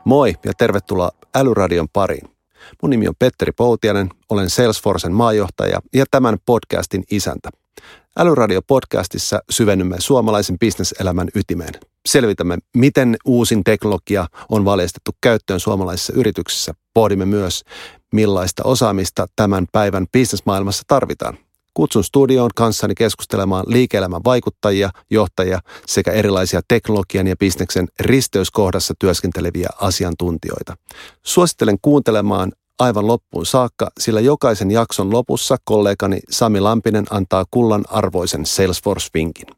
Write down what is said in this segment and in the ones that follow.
Moi ja tervetuloa Älyradion pariin. Mun nimi on Petteri Poutiainen, olen Salesforcen maajohtaja ja tämän podcastin isäntä. Älyradio-podcastissa syvennymme suomalaisen bisneselämän ytimeen. Selvitämme, miten uusin teknologia on valjastettu käyttöön suomalaisissa yrityksissä. Pohdimme myös, millaista osaamista tämän päivän bisnesmaailmassa tarvitaan. Kutsun studioon kanssani keskustelemaan liike-elämän vaikuttajia, johtajia sekä erilaisia teknologian ja bisneksen risteyskohdassa työskenteleviä asiantuntijoita. Suosittelen kuuntelemaan aivan loppuun saakka, sillä jokaisen jakson lopussa kollegani Sami Lampinen antaa kullan arvoisen Salesforce-vinkin.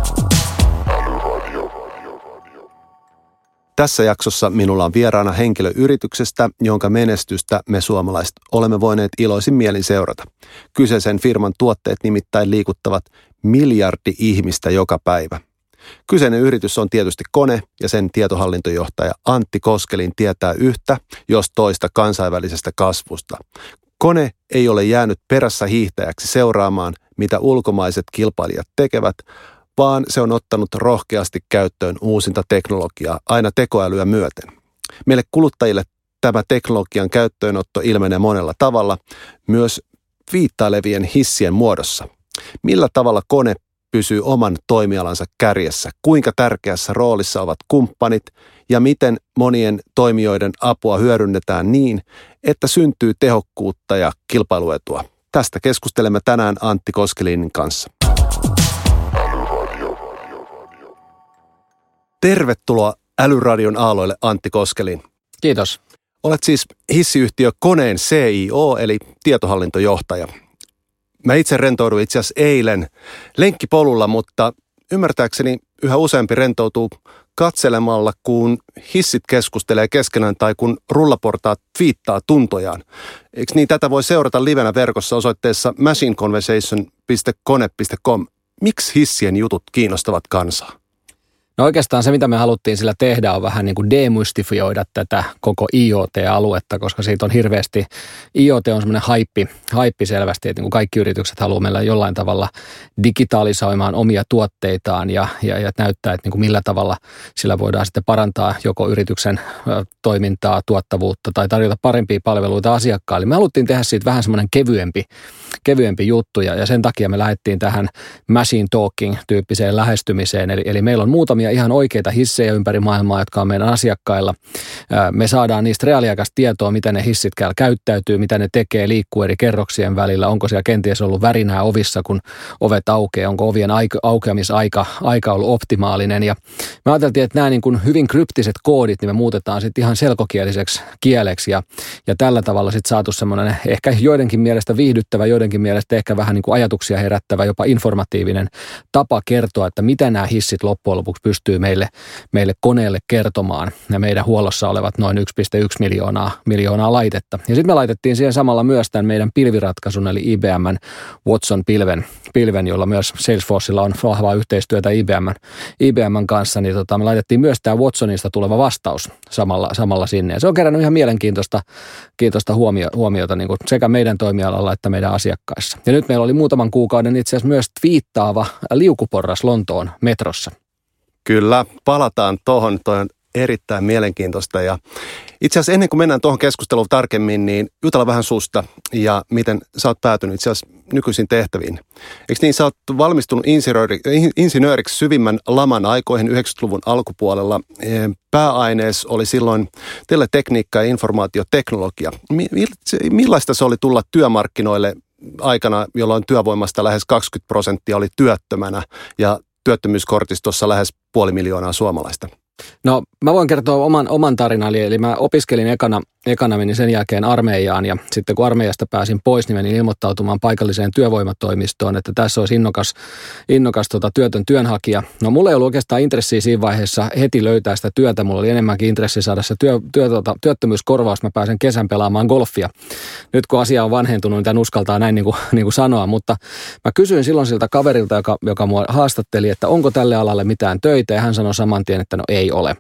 Tässä jaksossa minulla on vieraana henkilö yrityksestä, jonka menestystä me suomalaiset olemme voineet iloisin mielin seurata. Kyseisen firman tuotteet nimittäin liikuttavat miljardi ihmistä joka päivä. Kyseinen yritys on tietysti Kone ja sen tietohallintojohtaja Antti Koskelin tietää yhtä, jos toista kansainvälisestä kasvusta. Kone ei ole jäänyt perässä hiihtäjäksi seuraamaan, mitä ulkomaiset kilpailijat tekevät, vaan se on ottanut rohkeasti käyttöön uusinta teknologiaa aina tekoälyä myöten. Meille kuluttajille tämä teknologian käyttöönotto ilmenee monella tavalla, myös viittailevien hissien muodossa. Millä tavalla Kone pysyy oman toimialansa kärjessä, kuinka tärkeässä roolissa ovat kumppanit ja miten monien toimijoiden apua hyödynnetään niin, että syntyy tehokkuutta ja kilpailuetua. Tästä keskustelemme tänään Antti Koskelin kanssa. Tervetuloa Älyradion aalloille, Antti Koskelin. Kiitos. Olet siis hissiyhtiö Koneen CIO eli tietohallintojohtaja. Mä itse rentouduin itse asiassa eilen lenkkipolulla, mutta ymmärtääkseni yhä useampi rentoutuu katselemalla, kun hissit keskustelee keskenään tai kun rullaportaat twiittaa tuntojaan. Eikö niin, tätä voi seurata livenä verkossa osoitteessa machineconversation.kone.com. Miksi hissien jutut kiinnostavat kansaa? No oikeastaan se, mitä me haluttiin sillä tehdä, on vähän niin kuin demystifioida tätä koko IoT-aluetta, koska siitä on hirveästi, IoT on semmoinen haippi selvästi, että niin kuin kaikki yritykset haluaa meillä jollain tavalla digitalisoimaan omia tuotteitaan ja näyttää, että niin kuin millä tavalla sillä voidaan sitten parantaa joko yrityksen toimintaa, tuottavuutta tai tarjota parempia palveluita asiakkaille. Me haluttiin tehdä siitä vähän semmoinen kevyempi juttu ja sen takia me lähdettiin tähän machine talking-tyyppiseen lähestymiseen, eli meillä on muutamia ihan oikeita hissejä ympäri maailmaa, jotka on meidän asiakkailla. Me saadaan niistä reaaliaikaista tietoa, miten ne hissit käyttäytyy, mitä ne tekee, liikkuu eri kerroksien välillä, onko siellä kenties ollut värinää ovissa, kun ovet aukeaa, onko ovien aukeamisaika ollut optimaalinen. Ja me ajateltiin, että nämä niin kuin hyvin kryptiset koodit, niin me muutetaan sitten ihan selkokieliseksi kieleksi ja tällä tavalla sitten saatu semmoinen ehkä joidenkin mielestä viihdyttävä, joidenkin mielestä ehkä vähän niin kuin ajatuksia herättävä, jopa informatiivinen tapa kertoa, että mitä nämä hissit loppujen lopuksi pystyy meille koneelle kertomaan. Ja meidän huollossa olevat noin 1,1 miljoonaa laitetta. Ja sitten me laitettiin siihen samalla myös tämän meidän pilviratkaisun, eli IBM:n Watson-pilven, jolla myös Salesforcella on vahvaa yhteistyötä IBM:n kanssa, niin me laitettiin myös tämä Watsonista tuleva vastaus samalla sinne. Ja se on kerännyt ihan mielenkiintoista huomiota niin kuin sekä meidän toimialalla että meidän asiakkaissa. Ja nyt meillä oli muutaman kuukauden itse asiassa myös twiittaava liukuporras Lontoon metrossa. Kyllä, palataan tuohon. Toi on erittäin mielenkiintoista ja itse asiassa ennen kuin mennään tuohon keskusteluun tarkemmin, niin jutella vähän susta ja miten sä oot päätynyt itse asiassa nykyisiin tehtäviin. Eikö niin, sä oot valmistunut insinööriksi syvimmän laman aikoihin 90-luvun alkupuolella. Pääaineessa oli silloin teletekniikka ja informaatioteknologia. Millaista se oli tulla työmarkkinoille aikana, jolloin työvoimasta lähes 20% oli työttömänä ja työttömyyskortistossa lähes 500 000 suomalaista? No mä voin kertoa oman tarinani, eli mä opiskelin ekana menin sen jälkeen armeijaan ja sitten kun armeijasta pääsin pois, niin menin ilmoittautumaan paikalliseen työvoimatoimistoon, että tässä olisi innokas työtön työnhakija. No mulla ei ollut oikeastaan intressiä siinä vaiheessa heti löytää sitä työtä, mulla oli enemmänkin intressi saada se työttömyyskorvaus, mä pääsen kesän pelaamaan golfia. Nyt kun asia on vanhentunut, niin tämän uskaltaa näin niin kuin sanoa, mutta mä kysyin silloin siltä kaverilta, joka mua haastatteli, että onko tälle alalle mitään töitä ja hän sanoi saman tien, että no ei ole.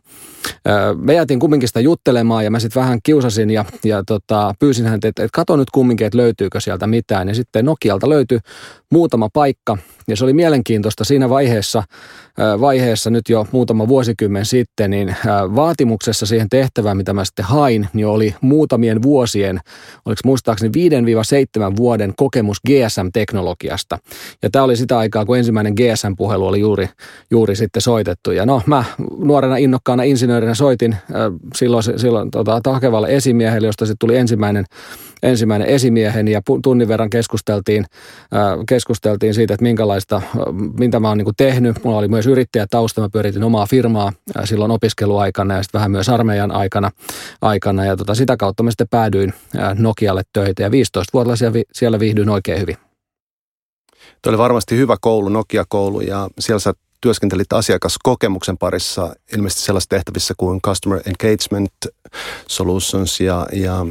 Me jäätiin kumminkin sitä juttelemaan ja mä sitten vähän kiusasin ja pyysin häntä, että kato nyt kumminkin, että löytyykö sieltä mitään. Ja sitten Nokialta löytyi muutama paikka ja se oli mielenkiintoista siinä vaiheessa nyt jo muutama vuosikymmen sitten, niin vaatimuksessa siihen tehtävään, mitä mä sitten hain, niin oli muutamien vuosien, oliko muistaakseni 5-7 vuoden kokemus GSM-teknologiasta. Ja tämä oli sitä aikaa, kun ensimmäinen GSM-puhelu oli juuri sitten soitettu. Ja no, mä nuorena innokkaana insinöörinä soitin silloin hakevalle esimiehelle, josta sitten tuli ensimmäinen esimiehen ja tunnin verran keskusteltiin siitä, että mitä mä oon niin kuin tehnyt. Mulla oli myös yrittäjätausta, mä pyöritin omaa firmaa silloin opiskeluaikana ja sitten vähän myös armeijan aikana ja sitä kautta mä sitten päädyin Nokialle töitä ja 15 vuotta siellä viihdyin oikein hyvin. Tuo oli varmasti hyvä koulu, Nokia-koulu, ja siellä sä työskentelit asiakaskokemuksen parissa ilmeisesti sellaisissa tehtävissä kuin Customer Engagement Solutions ja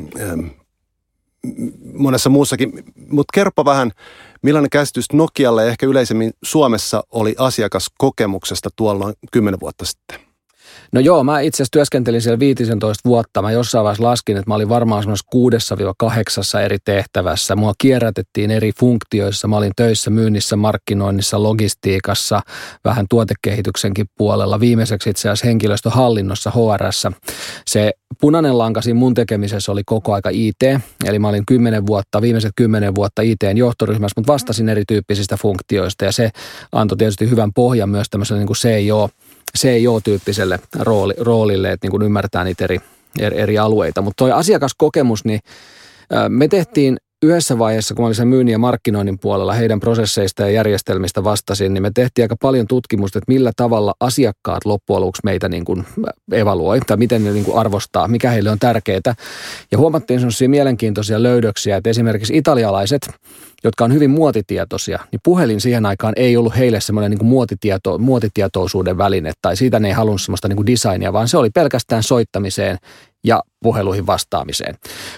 monessa muussakin. Mutta kerropa vähän, millainen käsitys Nokialle ja ehkä yleisemmin Suomessa oli asiakaskokemuksesta tuolloin 10 vuotta sitten? No joo, mä itse asiassa työskentelin siellä 15 vuotta. Mä jossain vaiheessa laskin, että mä olin varmaan semmoisessa 6-8 eri tehtävässä. Mua kierrätettiin eri funktioissa. Mä olin töissä myynnissä, markkinoinnissa, logistiikassa, vähän tuotekehityksenkin puolella. Viimeiseksi itse asiassa henkilöstöhallinnossa, HR:ssä. Se punainen lanka siinä mun tekemisessä oli koko aika IT. Eli mä olin viimeiset 10 vuotta IT:n johtoryhmässä, mutta vastasin erityyppisistä funktioista. Ja se antoi tietysti hyvän pohjan myös tämmöiselle niin kuin CIO-tyyppiselle roolille, että niin kuin ymmärtää niitä eri alueita. Mutta toi asiakaskokemus, niin me tehtiin yhdessä vaiheessa, kun mä olin sen myynnin ja markkinoinnin puolella, heidän prosesseista ja järjestelmistä vastasin, niin me tehtiin aika paljon tutkimusta, että millä tavalla asiakkaat loppujen lopuksi meitä niin kuin evaluoi, tai miten ne niin kuin arvostaa, mikä heille on tärkeää. Ja huomattiin sellaisia mielenkiintoisia löydöksiä, että esimerkiksi italialaiset, jotka on hyvin muotitietoisia, niin puhelin siihen aikaan ei ollut heille semmoinen niin kuin muotitietoisuuden väline, tai siitä ne ei halunnut semmoista niin kuin designia, vaan se oli pelkästään soittamiseen ja puheluihin vastaamiseen.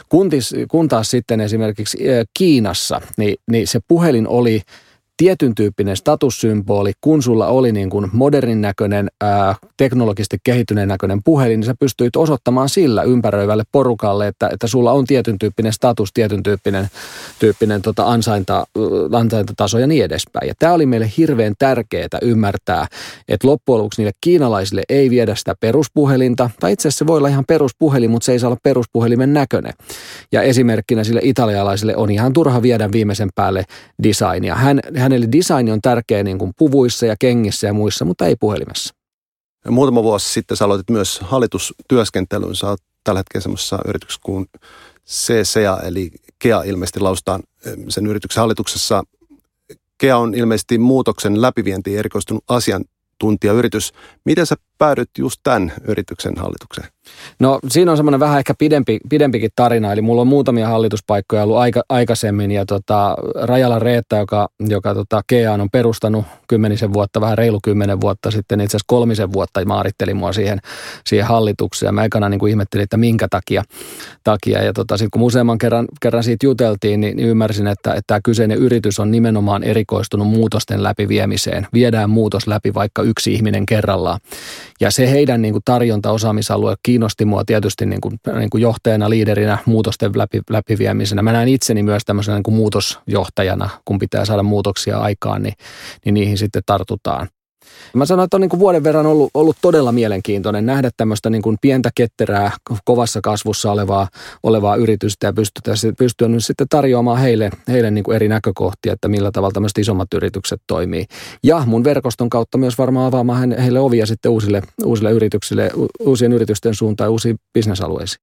Kun taas sitten esimerkiksi Kiinassa, niin se puhelin oli tietyn tyyppinen statussymboli, kun sulla oli niin kuin modernin näköinen, teknologisesti kehittyneen näköinen puhelin, niin sä pystyit osoittamaan sillä ympäröivälle porukalle, että sulla on tietyn tyyppinen status, tietyn tyyppinen ansaintataso ja niin edespäin. Ja tämä oli meille hirveän tärkeää ymmärtää, että loppujen lopuksi niille kiinalaisille ei viedä sitä peruspuhelinta, tai itse asiassa se voi olla ihan peruspuhelin, mutta se ei saa olla peruspuhelimen näköinen. Ja esimerkkinä sille italialaisille on ihan turha viedä viimeisen päälle designia. Hänelle design on tärkeä niin kuin puvuissa ja kengissä ja muissa, mutta ei puhelimessa. Muutama vuosi sitten sä aloitit myös hallitustyöskentelyn. Sä oot tällä hetkellä semmoisessa yrityksessä kuin CCA, eli KEA ilmeisesti lausutaan sen yrityksen hallituksessa. KEA on ilmeisesti muutoksen läpivientiin erikoistunut asiantuntijayritys. Miten sä päädyt just tämän yrityksen hallitukseen? No siinä on semmoinen vähän ehkä pidempikin tarina, eli mulla on muutamia hallituspaikkoja ollut aikaisemmin ja Rajala Reetta, joka KEAan on perustanut 10 vuotta, vähän reilu 10 vuotta sitten, itse asiassa 3 vuotta maarittelin mua siihen hallitukseen ja mä ekana niin kuin ihmettelin, että minkä takia. Ja sitten kun useamman kerran siitä juteltiin, niin ymmärsin, että tämä kyseinen yritys on nimenomaan erikoistunut muutosten läpiviemiseen. Viedään muutos läpi vaikka yksi ihminen kerrallaan. Ja se heidän niin kuin tarjontaosaamisalue kiinnosti mua tietysti niin kuin johtajana, liiderinä, muutosten läpiviemisenä. Mä näen itseni myös tämmöisenä niin kuin muutosjohtajana, kun pitää saada muutoksia aikaan, niin niihin sitten tartutaan. Mä sanoin, että on niin kuin vuoden verran ollut todella mielenkiintoinen nähdä tämmöistä niin kuin pientä ketterää, kovassa kasvussa olevaa yritystä ja pystyä nyt sitten tarjoamaan heille niin kuin eri näkökohtia, että millä tavalla tämmöiset isommat yritykset toimii. Ja mun verkoston kautta myös varmaan avaamaan heille ovia sitten uusille yrityksille, uusien yritysten suuntaan ja uusiin bisnesalueisiin.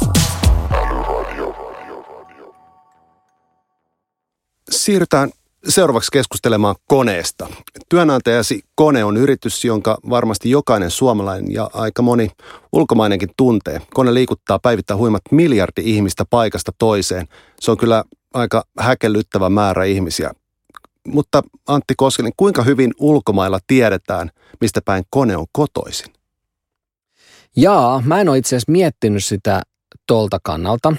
Siirrytään seuraavaksi keskustelemaan koneesta. Työnantajasi Kone on yritys, jonka varmasti jokainen suomalainen ja aika moni ulkomainenkin tuntee. Kone liikuttaa päivittäin huimat 1 miljardi ihmistä paikasta toiseen. Se on kyllä aika häkellyttävä määrä ihmisiä. Mutta Antti Koskinen, kuinka hyvin ulkomailla tiedetään, mistä päin Kone on kotoisin? Jaa, mä en ole itse asiassa miettinyt sitä tuolta kannalta.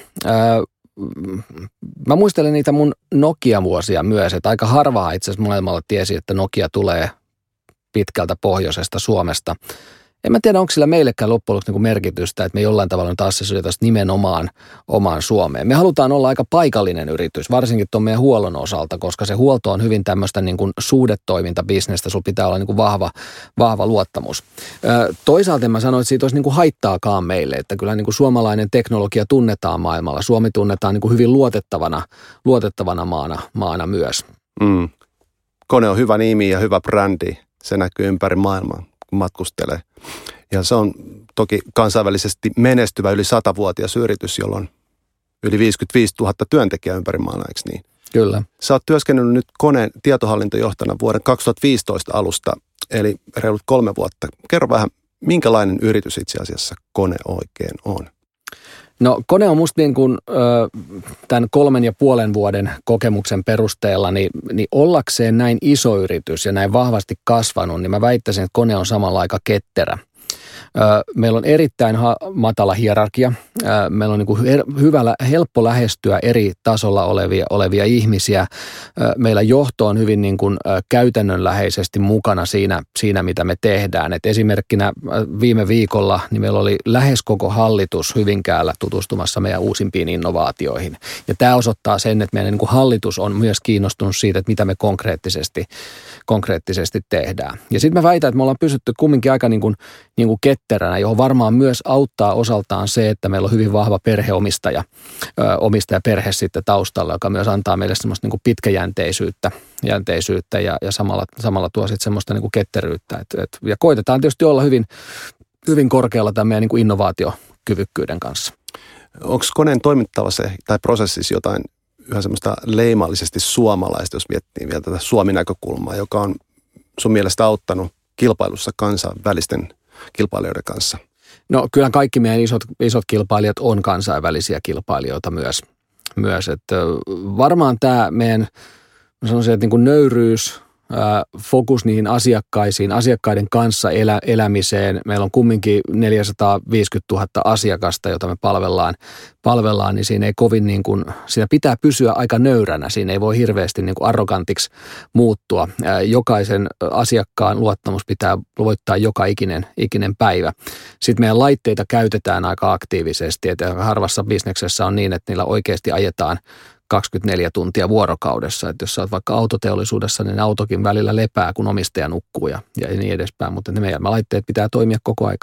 Mä muistelen niitä mun Nokia-vuosia myös, että aika harvaa itse asiassa maailmalla tiesi, että Nokia tulee pitkältä pohjoisesta Suomesta. En mä tiedä, onko sillä meillekään loppujen lopuksi niin merkitystä, että me jollain tavalla nyt assessoitaisiin nimenomaan omaan Suomeen. Me halutaan olla aika paikallinen yritys, varsinkin tuon meidän huollon osalta, koska se huolto on hyvin tämmöistä niin kuin suhdetoimintabisnestä, sulla pitää olla niin kuin vahva luottamus. Toisaalta mä sanoin, että siitä olisi niin kuin haittaakaan meille, että kyllä niin kuin suomalainen teknologia tunnetaan maailmalla. Suomi tunnetaan niin kuin hyvin luotettavana maana myös. Kone on hyvä nimi ja hyvä brändi. Se näkyy ympäri maailmaa, kun matkustelee. Ja se on toki kansainvälisesti menestyvä yli 100-vuotias yritys, jolla on yli 55 000 työntekijää ympäri maailmaa, eikö niin? Kyllä. Sä oot työskennellyt nyt Koneen tietohallintojohtajana vuoden 2015 alusta, eli reilut 3 vuotta. Kerro vähän, minkälainen yritys itse asiassa Kone oikein on? No Kone on musta niin kuin tämän 3,5 vuoden kokemuksen perusteella, niin ollakseen näin iso yritys ja näin vahvasti kasvanut, niin mä väittäisin, että Kone on samalla aika ketterä. Meillä on erittäin matala hierarkia. Meillä on niin kuin helppo lähestyä eri tasolla olevia ihmisiä. Meillä johto on hyvin niin kuin käytännönläheisesti mukana siinä, mitä me tehdään. Et esimerkkinä viime viikolla niin meillä oli lähes koko hallitus Hyvinkäällä tutustumassa meidän uusimpiin innovaatioihin. Ja tämä osoittaa sen, että meidän niin kuin hallitus on myös kiinnostunut siitä, että mitä me konkreettisesti tehdään. Ja sitten mä väitän, että me ollaan pysytty kumminkin aika niin kuin ketteränä, johon varmaan myös auttaa osaltaan se, että meillä on hyvin vahva omistajaperhe sitten taustalla, joka myös antaa meille semmoista niin kuin pitkäjänteisyyttä ja samalla tuo sitten semmoista niin kuin ketteryyttä. Ja koitetaan tietysti olla hyvin korkealla tämän meidän niin kuin innovaatiokyvykkyyden kanssa. Onko Koneen toimittavassa tai prosessissa jotain yhä semmoista leimallisesti suomalaista, jos miettii vielä tätä Suomi-näkökulmaa, joka on sun mielestä auttanut kilpailussa kansainvälisten kilpailijoiden kanssa? No kyllä kaikki meidän isot kilpailijat on kansainvälisiä kilpailijoita myös. Että varmaan tämä meidän, sanoisin, että niin kuin nöyryys, fokus niihin asiakkaiden kanssa elämiseen. Meillä on kumminkin 450 000 asiakasta, jota me palvellaan, niin siinä ei kovin niin kuin, siinä pitää pysyä aika nöyränä. Siinä ei voi hirveästi niin kuin arrogantiksi muuttua. Jokaisen asiakkaan luottamus pitää voittaa joka ikinen päivä. Sitten meidän laitteita käytetään aika aktiivisesti, että harvassa bisneksessä on niin, että niillä oikeasti ajetaan 24 tuntia vuorokaudessa. Että jos sä oot vaikka autoteollisuudessa, niin autokin välillä lepää, kun omistaja nukkuu ja niin edespäin. Mutta ne meidän laitteet pitää toimia koko aika.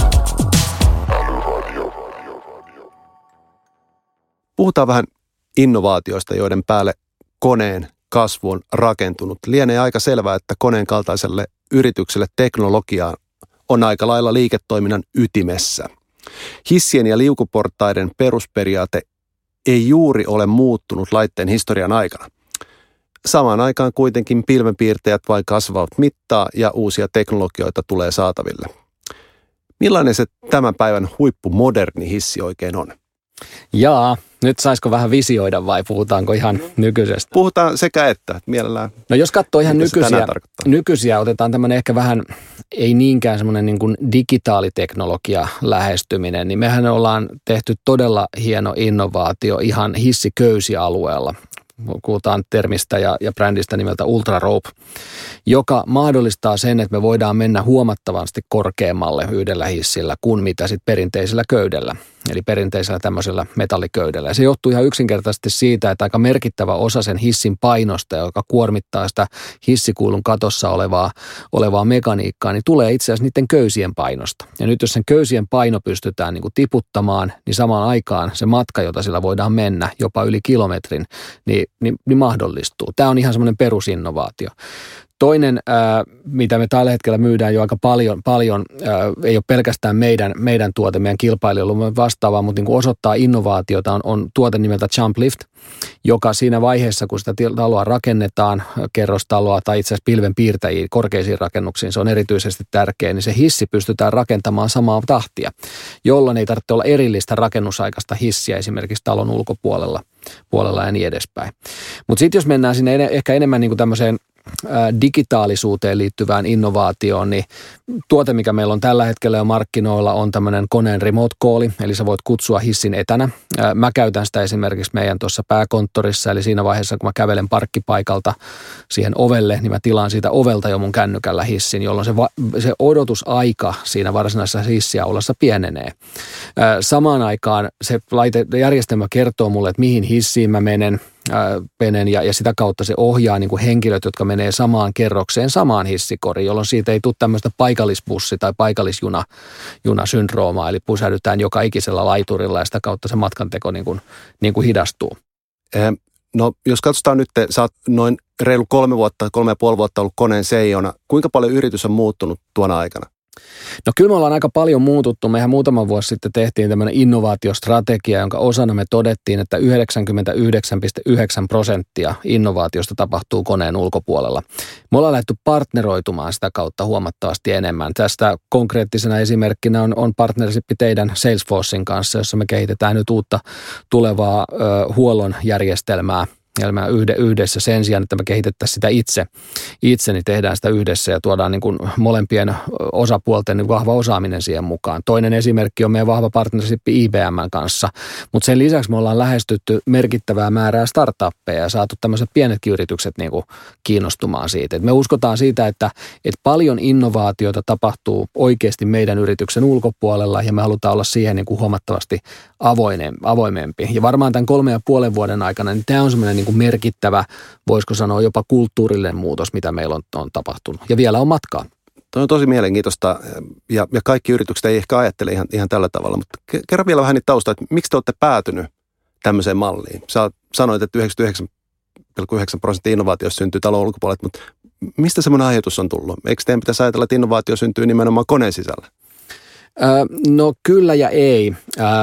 Puhutaan vähän innovaatioista, joiden päälle Koneen kasvu on rakentunut. Lienee aika selvää, että Koneen kaltaiselle yritykselle teknologia on aika lailla liiketoiminnan ytimessä. Hissien ja liukuportaiden perusperiaate ei juuri ole muuttunut laitteen historian aikana. Samaan aikaan kuitenkin pilvenpiirtäjät vain kasvavat mittaa ja uusia teknologioita tulee saataville. Millainen se tämän päivän huippumoderni hissi oikein on? Jaa, nyt saisiko vähän visioida vai puhutaanko ihan nykyisestä? Puhutaan sekä että mielellään. No jos katsoo ihan nykyisiä, otetaan tämmöinen ehkä vähän, ei niinkään semmoinen niin kuin digitaaliteknologia lähestyminen, niin mehän ollaan tehty todella hieno innovaatio ihan hissiköysialueella. Puhutaan termistä ja brändistä nimeltä Ultra Rope, joka mahdollistaa sen, että me voidaan mennä huomattavasti korkeammalle yhdellä hissillä kuin mitä sitten perinteisellä köydellä, eli perinteisellä tämmöisellä metalliköydellä. Ja se johtuu ihan yksinkertaisesti siitä, että aika merkittävä osa sen hissin painosta, joka kuormittaa sitä hissikuilun katossa olevaa mekaniikkaa, niin tulee itse asiassa niiden köysien painosta. Ja nyt jos sen köysien paino pystytään niin kuin tiputtamaan, niin samaan aikaan se matka, jota sillä voidaan mennä jopa yli kilometrin, niin mahdollistuu. Tämä on ihan semmoinen perusinnovaatio. Toinen, mitä me tällä hetkellä myydään jo aika paljon ei ole pelkästään meidän tuote, meidän kilpailijoilla vastaavaa, mutta niin kuin osoittaa innovaatiota, on tuote nimeltä Jump Lift, joka siinä vaiheessa, kun sitä taloa rakennetaan, kerrostaloa tai itse asiassa pilvenpiirtäjiä korkeisiin rakennuksiin, se on erityisesti tärkeä, niin se hissi pystytään rakentamaan samaa tahtia, jolloin ei tarvitse olla erillistä rakennusaikaista hissiä esimerkiksi talon ulkopuolella ja niin edespäin. Mutta sitten jos mennään sinne ehkä enemmän niin kuin tämmöiseen digitaalisuuteen liittyvään innovaatioon, niin tuote, mikä meillä on tällä hetkellä jo markkinoilla, on tämmöinen koneen remote call, eli sä voit kutsua hissin etänä. Mä käytän sitä esimerkiksi meidän tuossa pääkonttorissa, eli siinä vaiheessa, kun mä kävelen parkkipaikalta siihen ovelle, niin mä tilaan siitä ovelta jo mun kännykällä hissin, jolloin se odotusaika siinä varsinaisessa hissiaulassa pienenee. Samaan aikaan se järjestelmä kertoo mulle, että mihin hissiin mä menen ja sitä kautta se ohjaa niin kuin henkilöt, jotka menee samaan kerrokseen samaan hissikoriin, jolloin siitä ei tule tämmöistä paikallisbussi- tai paikallisjuna-syndroomaa, eli pysähdytään joka ikisellä laiturilla ja sitä kautta se matkanteko niin kuin hidastuu. No jos katsotaan nyt, sä oot noin reilu 3,5 vuotta ollut koneen CEOna. Kuinka paljon yritys on muuttunut tuona aikana? No kyllä me ollaan aika paljon muututtu. Mehän muutama vuosi sitten tehtiin tämmöinen innovaatiostrategia, jonka osana me todettiin, että 99,9% innovaatiosta tapahtuu koneen ulkopuolella. Me ollaan lähdetty partneroitumaan sitä kautta huomattavasti enemmän. Tästä konkreettisena esimerkkinä on partnership teidän Salesforcen kanssa, jossa me kehitetään nyt uutta tulevaa huollon järjestelmää. Ja me yhdessä sen sijaan, että me kehitettäisiin sitä itse, niin tehdään sitä yhdessä ja tuodaan niin kuin molempien osapuolten niin vahva osaaminen siihen mukaan. Toinen esimerkki on meidän vahva partnership IBM:n kanssa, mutta sen lisäksi me ollaan lähestytty merkittävää määrää startuppeja ja saatu tämmöiset pienetkin yritykset niin kuin kiinnostumaan siitä. Et me uskotaan siitä, että paljon innovaatiota tapahtuu oikeasti meidän yrityksen ulkopuolella ja me halutaan olla siihen niin kuin huomattavasti avoimempi. Ja varmaan tämän 3,5 vuoden aikana, niin tämä on semmoinen niin kuin merkittävä, voisiko sanoa jopa kulttuurillinen muutos, mitä meillä on tapahtunut. Ja vielä on matkaa. Tuo on tosi mielenkiintoista ja kaikki yritykset ei ehkä ajattele ihan tällä tavalla, mutta kerro vielä vähän niitä taustaa, että miksi te olette päätynyt tämmöiseen malliin? Sä sanoit, että 99,9% innovaatiosta syntyy talon ulkopuolelta, mutta mistä semmoinen ajatus on tullut? Eikö teidän pitäisi ajatella, että innovaatio syntyy nimenomaan koneen sisällä? No kyllä ja ei.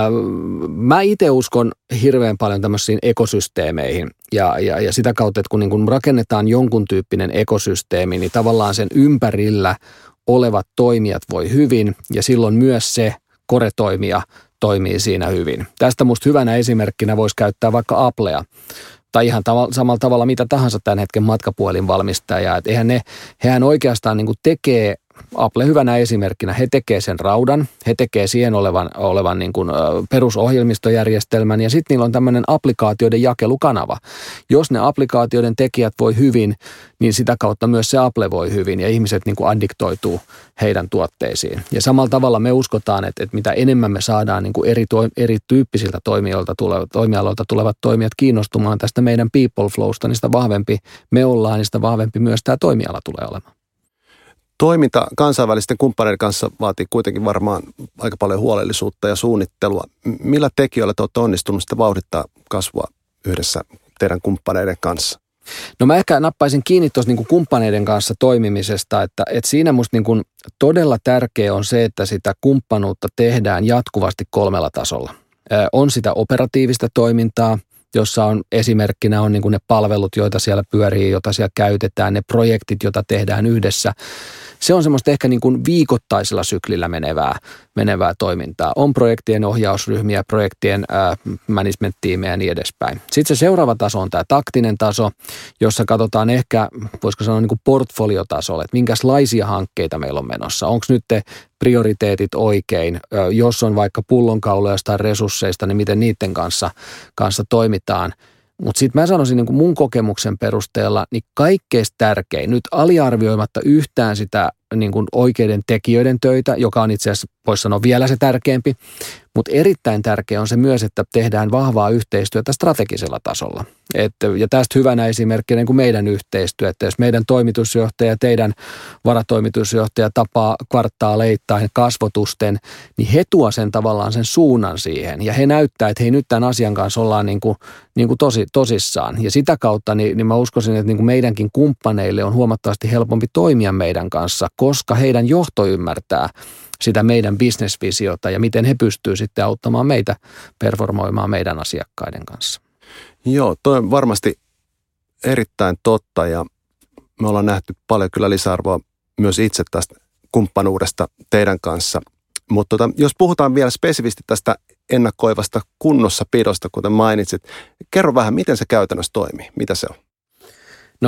Mä itse uskon hirveän paljon tämmöisiin ekosysteemeihin ja sitä kautta, että kun rakennetaan jonkun tyyppinen ekosysteemi, niin tavallaan sen ympärillä olevat toimijat voi hyvin ja silloin myös se core-toimija toimii siinä hyvin. Tästä musta hyvänä esimerkkinä voisi käyttää vaikka Applea tai ihan samalla tavalla mitä tahansa tämän hetken matkapuhelinvalmistajaa. Että hehän oikeastaan niin kuin tekee Apple hyvänä esimerkkinä, he tekee sen raudan, he tekee siihen olevan niin kuin perusohjelmistojärjestelmän ja sitten niillä on tämmöinen applikaatioiden jakelukanava. Jos ne applikaatioiden tekijät voi hyvin, niin sitä kautta myös se Apple voi hyvin ja ihmiset niin kuin addiktoituu heidän tuotteisiin. Ja samalla tavalla me uskotaan, että mitä enemmän me saadaan niin kuin erityyppisiltä toimialoilta tulevat toimijat kiinnostumaan tästä meidän people flowsta, niin sitä vahvempi me ollaan, niin sitä vahvempi myös tämä toimiala tulee olemaan. Toiminta kansainvälisten kumppaneiden kanssa vaatii kuitenkin varmaan aika paljon huolellisuutta ja suunnittelua. Millä tekijöillä te olette onnistunut sitä vauhdittaa kasvua yhdessä teidän kumppaneiden kanssa? No mä ehkä nappaisin kiinni tuossa niin kuin kumppaneiden kanssa toimimisesta, että siinä musta niin kuin todella tärkeä on se, että sitä kumppanuutta tehdään jatkuvasti 3 tasolla. On sitä operatiivista toimintaa, jossa on esimerkkinä on niin kuin ne palvelut, joita siellä pyörii, joita siellä käytetään, ne projektit, joita tehdään yhdessä. Se on semmoista ehkä niin kuin viikoittaisella syklillä menevää toimintaa. On projektien ohjausryhmiä, projektien management-tiimejä ja niin edespäin. Sitten se seuraava taso on tämä taktinen taso, jossa katsotaan ehkä, voisiko sanoa niin kuin portfoliotasolla, että minkälaisia hankkeita meillä on menossa. Onko nyt prioriteetit oikein? Jos on vaikka pullonkauloja jostain resursseista, niin miten niiden kanssa toimitaan? Mutta sitten mä sanoisin niin kuin mun kokemuksen perusteella, niin kaikkein tärkein, nyt aliarvioimatta yhtään sitä niin kuin oikeiden tekijöiden töitä, joka on itse asiassa, voisi sanoa vielä se tärkeämpi, mutta erittäin tärkeä on se myös, että tehdään vahvaa yhteistyötä strategisella tasolla. Ja tästä hyvänä esimerkkinä niin kuin meidän yhteistyö, että jos meidän toimitusjohtaja ja teidän varatoimitusjohtaja tapaa kvartaaleittain kasvotusten, niin he tuo sen tavallaan sen suunnan siihen ja he näyttää, että hei nyt tämän asian kanssa ollaan niin kuin tosissaan. Ja sitä kautta niin mä uskoisin, että niin kuin meidänkin kumppaneille on huomattavasti helpompi toimia meidän kanssa, koska heidän johto ymmärtää sitä meidän bisnesvisiota ja miten he pystyvät sitten auttamaan meitä performoimaan meidän asiakkaiden kanssa. Joo, toi on varmasti erittäin totta ja me ollaan nähty paljon kyllä lisäarvoa myös itse tästä kumppanuudesta teidän kanssa. Mutta jos puhutaan vielä spesifisti tästä ennakoivasta kunnossapidosta, kuten mainitsit, kerro vähän, miten se käytännössä toimii, mitä se on? No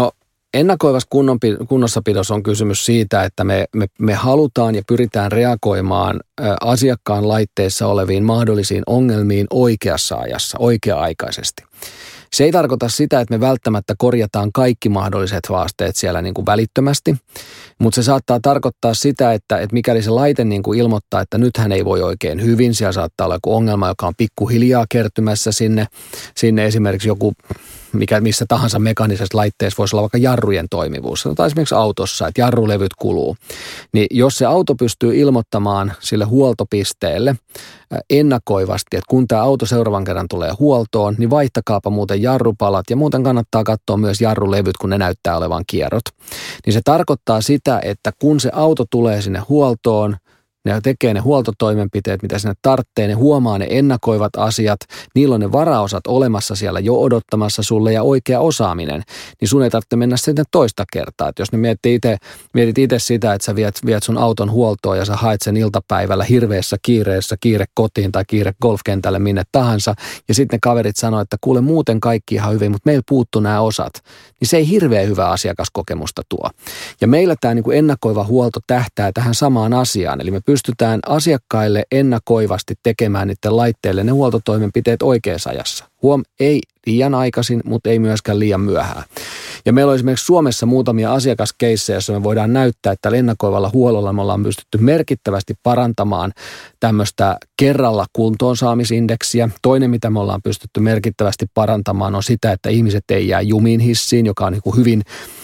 ennakoivassa kunnossapidossa on kysymys siitä, että me halutaan ja pyritään reagoimaan asiakkaan laitteissa oleviin mahdollisiin ongelmiin oikeassa ajassa, oikea-aikaisesti. Se ei tarkoita sitä, että me välttämättä korjataan kaikki mahdolliset haasteet siellä niin kuin välittömästi, mutta se saattaa tarkoittaa sitä, että mikäli se laite niin kuin ilmoittaa, että nythän ei voi oikein hyvin, siellä saattaa olla joku ongelma, joka on pikkuhiljaa kertymässä sinne esimerkiksi joku, missä tahansa mekaanisessa laitteessa voisi olla vaikka jarrujen toimivuus. Sanotaan esimerkiksi autossa, että jarrulevyt kuluu. Niin jos se auto pystyy ilmoittamaan sille huoltopisteelle ennakoivasti, että kun tämä auto seuraavan kerran tulee huoltoon, niin vaihtakaapa muuten jarrupalat ja muuten kannattaa katsoa myös jarrulevyt, kun ne näyttää olevan kierrot. Niin se tarkoittaa sitä, että kun se auto tulee sinne huoltoon, ne tekee ne huoltotoimenpiteet, mitä sinne tarvitsee, ne huomaa ne ennakoivat asiat, niillä on ne varaosat olemassa siellä jo odottamassa sulle ja oikea osaaminen, niin sun ei tarvitse mennä sitten toista kertaa. Et jos ne mietit itse sitä, että sä viet sun auton huoltoon ja sä haet sen iltapäivällä hirveässä kiireessä, kiire kotiin tai kiire golfkentälle minne tahansa, ja sitten ne kaverit sanoo, että kuule muuten kaikki ihan hyvin, mutta meillä puuttuu nämä osat, niin se ei hirveän hyvää asiakaskokemusta tuo. Ja meillä tämä niin kuin ennakoiva huolto tähtää tähän samaan asiaan, eli me pystytään asiakkaille ennakoivasti tekemään niiden laitteille ne huoltotoimenpiteet oikeassa ajassa. Ei liian aikaisin, mutta ei myöskään liian myöhään. Ja meillä on esimerkiksi Suomessa muutamia asiakaskeissejä, joissa me voidaan näyttää, että ennakoivalla huollolla me ollaan pystytty merkittävästi parantamaan tämmöistä kerralla kuntoonsaamisindeksiä. Toinen, mitä me ollaan pystytty merkittävästi parantamaan, on sitä, että ihmiset ei jää jumiin hissiin, joka on niin kuin hyvin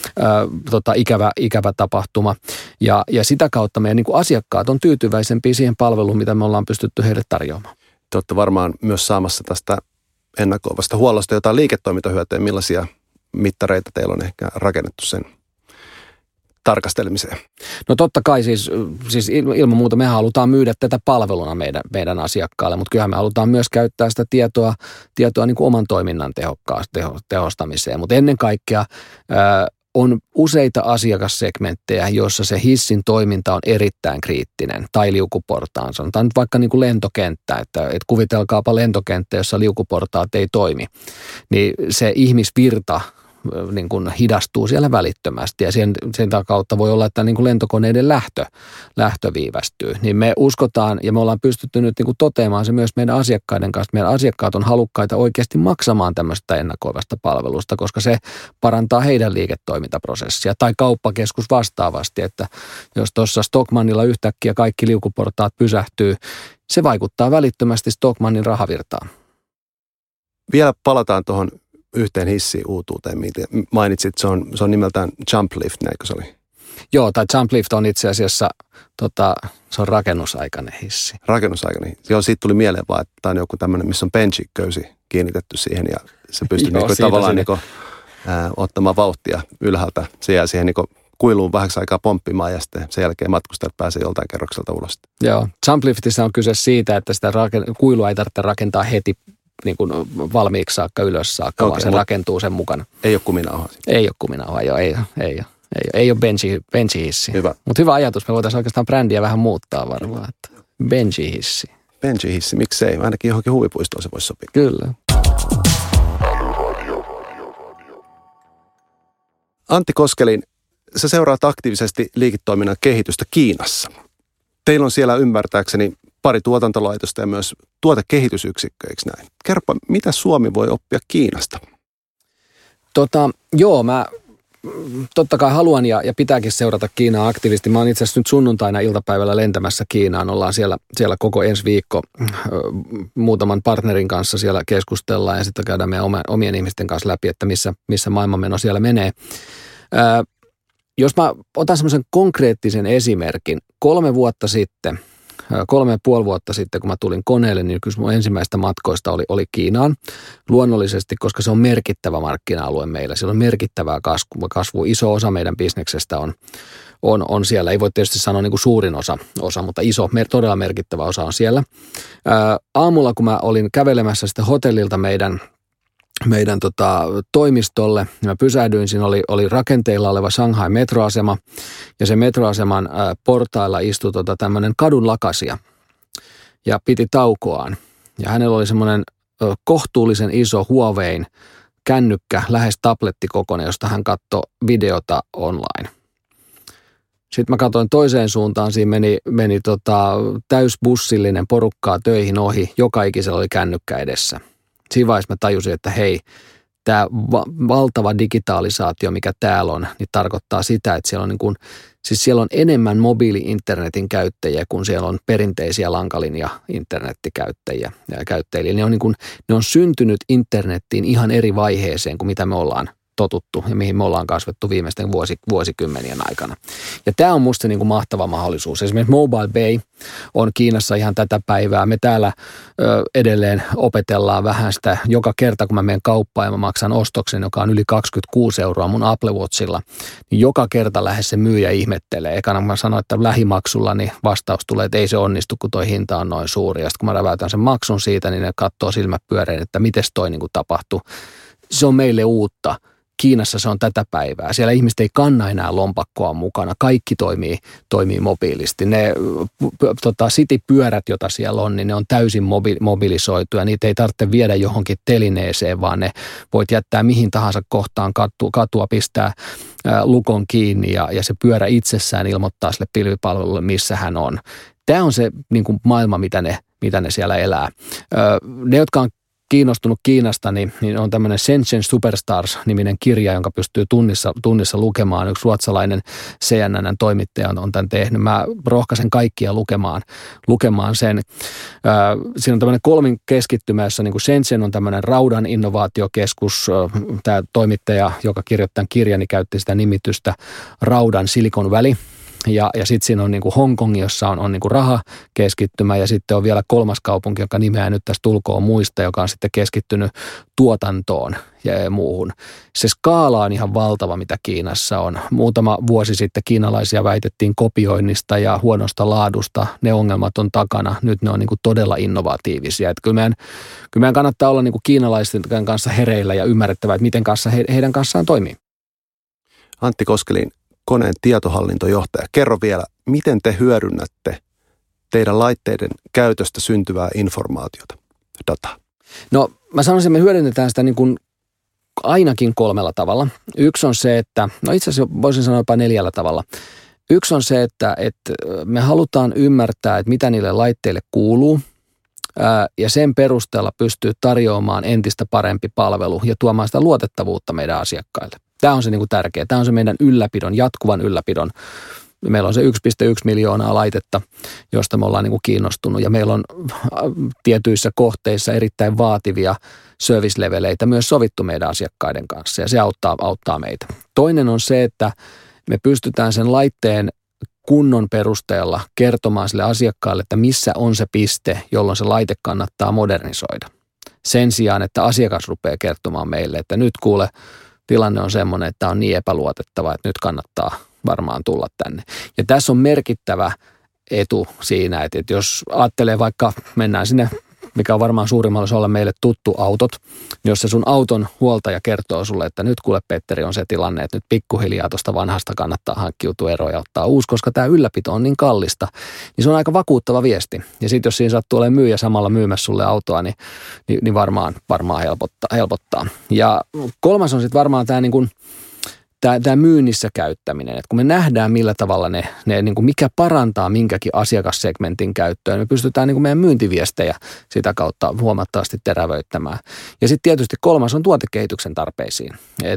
ikävä tapahtuma. Ja sitä kautta meidän niin kuin asiakkaat on tyytyväisempiä siihen palveluun, mitä me ollaan pystytty heille tarjoamaan. Te olette varmaan myös saamassa tästä ennakoivasta huollosta jotain liiketoimintahyötyä, millaisia mittareita teillä on ehkä rakennettu sen tarkastelemiseen? No totta kai siis ilman muuta me halutaan myydä tätä palveluna meidän asiakkaalle, mutta kyllähän me halutaan myös käyttää sitä tietoa niin kuin oman toiminnan tehostamiseen, mutta ennen kaikkea on useita asiakassegmenttejä, joissa se hissin toiminta on erittäin kriittinen, tai liukuportaan. Sanotaan nyt vaikka niin kuin lentokenttä, että kuvitelkaapa lentokenttä, jossa liukuportaat ei toimi. Niin se ihmisvirta niin kuin hidastuu siellä välittömästi ja sen kautta voi olla, että niin kuin lentokoneiden lähtö viivästyy. Niin me uskotaan ja me ollaan pystytty nyt niin kuin toteamaan se myös meidän asiakkaiden kanssa. Meidän asiakkaat on halukkaita oikeasti maksamaan tämmöistä ennakoivasta palvelusta, koska se parantaa heidän liiketoimintaprosessia. Tai kauppakeskus vastaavasti, että jos tuossa Stockmannilla yhtäkkiä kaikki liukuportaat pysähtyy, se vaikuttaa välittömästi Stockmannin rahavirtaan. Vielä palataan tuohon yhteen hissiuutuuteen, mitä mainitsit, se on nimeltään Jumplift, näinkö se oli? Joo, tai Jumplift on itse asiassa, se on rakennusaikainen hissi. Rakennusaikainen hissi. Joo, siitä tuli mieleen vaan, että tämä on joku tämmöinen, missä on benchiköysi kiinnitetty siihen ja se pystyy tavallaan ottamaan vauhtia ylhäältä. Se jää siihen kuiluun vähäksi aikaa pomppimaan ja sitten sen jälkeen matkustajat pääsee joltain kerrokselta ulos. Joo, Jumpliftissa on kyse siitä, että sitä kuilua ei tarvitse rakentaa heti niin kuin valmiiksi saakka, ylös saakka, vaan se rakentuu sen mukana. Ei ole kuminauhaa. Ei ole kuminauhaa, joo, ei ole benchihissi. Hyvä. Mutta hyvä ajatus, me voitaisiin oikeastaan brändiä vähän muuttaa varmaan, että benchihissi. Benchihissi, miksei? Ainakin johonkin huvipuistoon se voisi sopia. Kyllä. Antti Koskelin, sä seuraat aktiivisesti liiketoiminnan kehitystä Kiinassa. Teillä on siellä ymmärtääkseni pari tuotantolaitosta ja myös tuotekehitysyksikkö, eikö näin? Kerropa, mitä Suomi voi oppia Kiinasta? Joo, mä totta kai haluan ja pitääkin seurata Kiinaa aktiivisesti. Mä oon itse asiassa nyt sunnuntaina iltapäivällä lentämässä Kiinaan. Ollaan siellä koko ensi viikko muutaman partnerin kanssa siellä keskustellaan ja sitten käydään meidän omien ihmisten kanssa läpi, että missä maailmanmeno siellä menee. Jos mä otan semmoisen konkreettisen esimerkin. 3,5 vuotta sitten, kun mä tulin koneelle, niin kyllä mun ensimmäistä matkoista oli Kiinaan. Luonnollisesti, koska se on merkittävä markkina-alue meillä. Siellä on merkittävää kasvua. Iso osa meidän bisneksestä on siellä. Ei voi tietysti sanoa niin kuin suurin osa, mutta todella merkittävä osa on siellä. Aamulla, kun mä olin kävelemässä sitten hotellilta meidän toimistolle, niin mä pysähdyin, siinä oli rakenteilla oleva Shanghai metroasema, ja se metroaseman portailla istui tämmöinen kadunlakasia, ja piti taukoaan. Ja hänellä oli semmoinen kohtuullisen iso Huawein kännykkä, lähes tablettikokoinen, josta hän katsoi videota online. Sitten mä katsoin toiseen suuntaan, siinä meni täysbussillinen porukkaa töihin ohi, joka ikisellä oli kännykkä edessä. Siinä vaiheessa mä tajusin, että hei, tämä valtava digitalisaatio, mikä täällä on, niin tarkoittaa sitä, että siellä on enemmän mobiili-internetin käyttäjiä, kun siellä on perinteisiä lankalinja-internettikäyttäjiä. Ne on syntynyt internettiin ihan eri vaiheeseen kuin mitä me ollaan totuttu ja mihin me ollaan kasvettu viimeisten vuosikymmenien aikana. Ja tämä on musta niin kuin mahtava mahdollisuus. Esimerkiksi Mobile Bay on Kiinassa ihan tätä päivää. Me täällä edelleen opetellaan vähän sitä joka kerta, kun mä menen kauppaan ja mä maksan ostoksen, joka on yli 26 € mun Apple Watchilla, niin joka kerta lähes se myyjä ihmettelee. Ekana kun mä sanoin, että lähimaksulla, niin vastaus tulee, että ei se onnistu, kun toi hinta on noin suuri. Ja sitten kun mä räväytän sen maksun siitä, niin ne katsoo silmät pyöreän, että miten toi niin kuin tapahtuu. Se on meille uutta. Kiinassa se on tätä päivää. Siellä ihmiset ei kanna enää lompakkoa mukana. Kaikki toimii mobiilisti. Ne City-pyörät, joita siellä on, niin ne on täysin mobilisoituja. Niitä ei tarvitse viedä johonkin telineeseen, vaan ne voit jättää mihin tahansa kohtaan katua, pistää lukon kiinni ja se pyörä itsessään ilmoittaa sille pilvipalvelulle, missä hän on. Tämä on se niin kuin maailma, mitä ne siellä elää. Ne, jotka on kiinnostunut Kiinasta, niin on tämmöinen Shenzhen Superstars-niminen kirja, jonka pystyy tunnissa lukemaan. Yksi ruotsalainen CNN-toimittaja on tämän tehnyt. Mä rohkaisen kaikkia lukemaan sen. Siinä on tämmöinen kolmin keskittymä, jossa niin kuin Shenzhen on tämmöinen raudan innovaatiokeskus. Tämä toimittaja, joka kirjoittaa tämän kirjan, niin käytti sitä nimitystä raudan Silicon Valley. Ja sitten siinä on niin kuin Hongkong, jossa on niin kuin rahakeskittymä, ja sitten on vielä kolmas kaupunki, joka nimeä nyt tästä ulkoa muista, joka on sitten keskittynyt tuotantoon ja muuhun. Se skaala on ihan valtava, mitä Kiinassa on. Muutama vuosi sitten kiinalaisia väitettiin kopioinnista ja huonosta laadusta. Ne ongelmat on takana. Nyt ne on niin kuin todella innovatiivisia. Että kyllä meidän kannattaa olla niin kuin kiinalaisten kanssa hereillä ja ymmärrettävä, että miten kanssa heidän kanssaan toimii. Antti Koskelin, Koneen tietohallintojohtaja. Kerro vielä, miten te hyödynnätte teidän laitteiden käytöstä syntyvää informaatiota, dataa? No mä sanoisin, että me hyödynnetään sitä niin kuin ainakin 3 tavalla. Yksi on se, että, no itse asiassa voisin sanoa jopa 4 tavalla. Yksi on se, että me halutaan ymmärtää, että mitä niille laitteille kuuluu, ja sen perusteella pystyy tarjoamaan entistä parempi palvelu ja tuomaan sitä luotettavuutta meidän asiakkaille. Tämä on se niin kuin tärkeä. Tämä on se meidän jatkuvan ylläpidon. Meillä on se 1,1 miljoonaa laitetta, josta me ollaan niin kuin kiinnostunut. Ja meillä on tietyissä kohteissa erittäin vaativia service-leveleitä myös sovittu meidän asiakkaiden kanssa. Ja se auttaa meitä. Toinen on se, että me pystytään sen laitteen kunnon perusteella kertomaan sille asiakkaalle, että missä on se piste, jolloin se laite kannattaa modernisoida. Sen sijaan, että asiakas rupeaa kertomaan meille, että nyt kuule, tilanne on semmoinen, että on niin epäluotettava, että nyt kannattaa varmaan tulla tänne. Ja tässä on merkittävä etu siinä, että jos ajattelee vaikka, mennään sinne, mikä on varmaan suurimmalla osalla meille tuttu autot, niin jos se sun auton huoltaja kertoo sulle, että nyt kuule Petteri on se tilanne, että nyt pikkuhiljaa tuosta vanhasta kannattaa hankkiutua eroon ja ottaa uusi, koska tämä ylläpito on niin kallista, niin se on aika vakuuttava viesti. Ja sitten jos siinä sattuu olemaan myyjä samalla myymässä sulle autoa, niin varmaan helpottaa. Ja kolmas on sitten varmaan tämä niin kuin tämä myynnissä käyttäminen, että kun me nähdään millä tavalla ne niin kuin mikä parantaa minkäkin asiakassegmentin käyttöön, me pystytään niin kuin meidän myyntiviestejä sitä kautta huomattavasti terävöittämään. Ja sitten tietysti kolmas on tuotekehityksen tarpeisiin.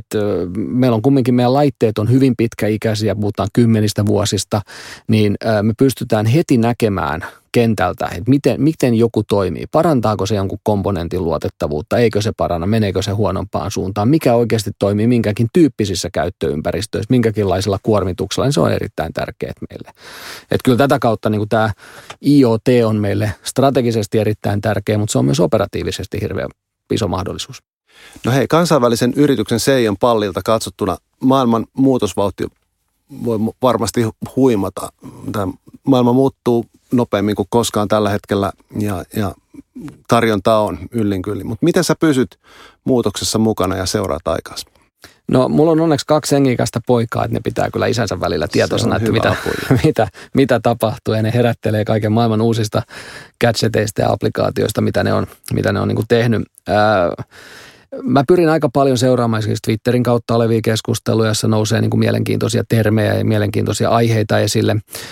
Meillä on kumminkin, meidän laitteet on hyvin pitkäikäisiä, puhutaan 10 vuosista, niin me pystytään heti näkemään kentältä, että miten joku toimii. Parantaako se jonkun komponentin luotettavuutta, eikö se paranna, meneekö se huonompaan suuntaan, mikä oikeasti toimii minkäkin tyyppisissä käyttöympäristöissä, minkäkinlaisella kuormituksella, niin se on erittäin tärkeää meille. Että kyllä tätä kautta niin kuin tämä IoT on meille strategisesti erittäin tärkeä, mutta se on myös operatiivisesti hirveän iso mahdollisuus. No hei, kansainvälisen yrityksen Seijan pallilta katsottuna maailman muutosvauhti voi varmasti huimata. Tämä maailma muuttuu nopeammin kuin koskaan tällä hetkellä ja tarjontaa on yllin kyllin. Mutta miten sä pysyt muutoksessa mukana ja seuraat aikaasi? No mulla on onneksi 2 hengikästä poikaa, että ne pitää kyllä isänsä välillä tietoisena, että mitä tapahtuu. Ja ne herättelee kaiken maailman uusista gadgeteista ja applikaatioista, mitä ne on niin kuin tehnyt. Mä pyrin aika paljon seuraamaan siis Twitterin kautta olevia keskusteluja, jossa nousee niin kuin mielenkiintoisia termejä ja mielenkiintoisia aiheita esille.